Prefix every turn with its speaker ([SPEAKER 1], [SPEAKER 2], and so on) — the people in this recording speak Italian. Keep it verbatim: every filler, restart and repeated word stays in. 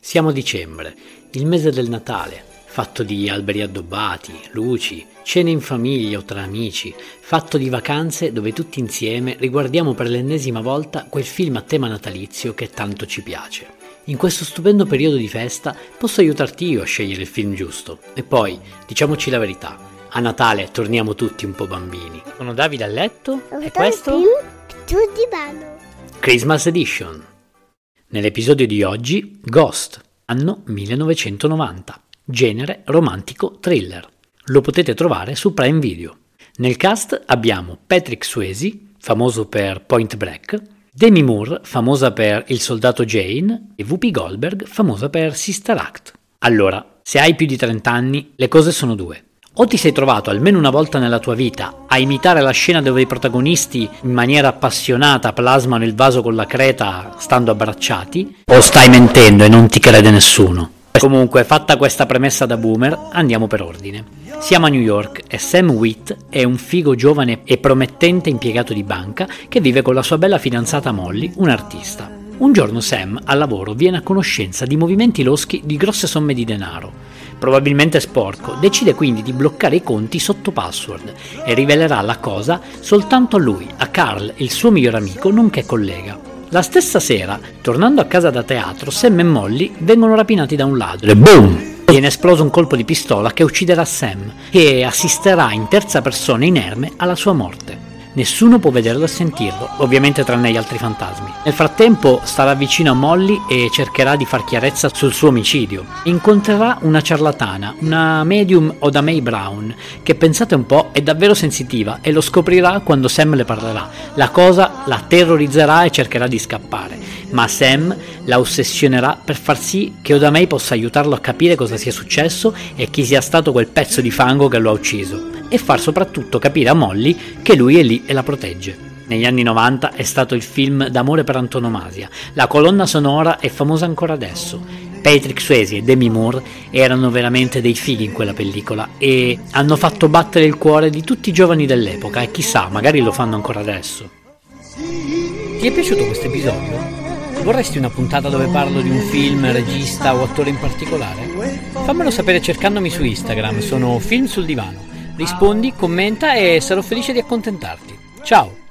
[SPEAKER 1] Siamo a dicembre, il mese del Natale, fatto di alberi addobbati, luci, cene in famiglia o tra amici, fatto di vacanze dove tutti insieme riguardiamo per l'ennesima volta quel film a tema natalizio che tanto ci piace. In questo stupendo periodo di festa posso aiutarti io a scegliere il film giusto. E poi, diciamoci la verità, a Natale torniamo tutti un po' bambini. Sono Davide a letto e questo?
[SPEAKER 2] Sul divano.
[SPEAKER 1] Christmas Edition. Nell'episodio di oggi, Ghost, anno millenovecentonovanta, genere romantico thriller. Lo potete trovare su Prime Video. Nel cast abbiamo Patrick Swayze, famoso per Point Break, Demi Moore, famosa per Il soldato Jane, e Whoopi Goldberg, famosa per Sister Act. Allora, se hai più di trenta anni, le cose sono due. O ti sei trovato almeno una volta nella tua vita a imitare la scena dove i protagonisti in maniera appassionata plasmano il vaso con la creta stando abbracciati, o stai mentendo e non ti crede nessuno. Comunque, fatta questa premessa da boomer, andiamo per ordine. Siamo a New York e Sam Witt è un figo giovane e promettente impiegato di banca che vive con la sua bella fidanzata Molly, un artista. Un giorno Sam, al lavoro, viene a conoscenza di movimenti loschi di grosse somme di denaro. Probabilmente sporco, decide quindi di bloccare i conti sotto password e rivelerà la cosa soltanto a lui, a Carl, il suo miglior amico nonché collega. La stessa sera, tornando a casa da teatro, Sam e Molly vengono rapinati da un ladro e boom! Viene esploso un colpo di pistola che ucciderà Sam, che assisterà in terza persona inerme alla sua morte. Nessuno può vederlo e sentirlo, ovviamente tranne gli altri fantasmi. Nel frattempo starà vicino a Molly e cercherà di far chiarezza sul suo omicidio. Incontrerà una ciarlatana, una medium Oda Mae Brown, che pensate un po' è davvero sensitiva e lo scoprirà quando Sam le parlerà. La cosa la terrorizzerà e cercherà di scappare, ma Sam la ossessionerà per far sì che Oda Mae possa aiutarlo a capire cosa sia successo e chi sia stato quel pezzo di fango che lo ha ucciso, e far soprattutto capire a Molly che lui è lì e la protegge. Negli anni novanta è stato il film d'amore per antonomasia. La colonna sonora è famosa ancora adesso. Patrick Swayze e Demi Moore erano veramente dei fighi in quella pellicola e hanno fatto battere il cuore di tutti i giovani dell'epoca e chissà, magari lo fanno ancora adesso. Ti è piaciuto questo episodio? Vorresti una puntata dove parlo di un film, regista o attore in particolare? Fammelo sapere cercandomi su Instagram, sono Film sul Divano. Rispondi, commenta e sarò felice di accontentarti. Ciao!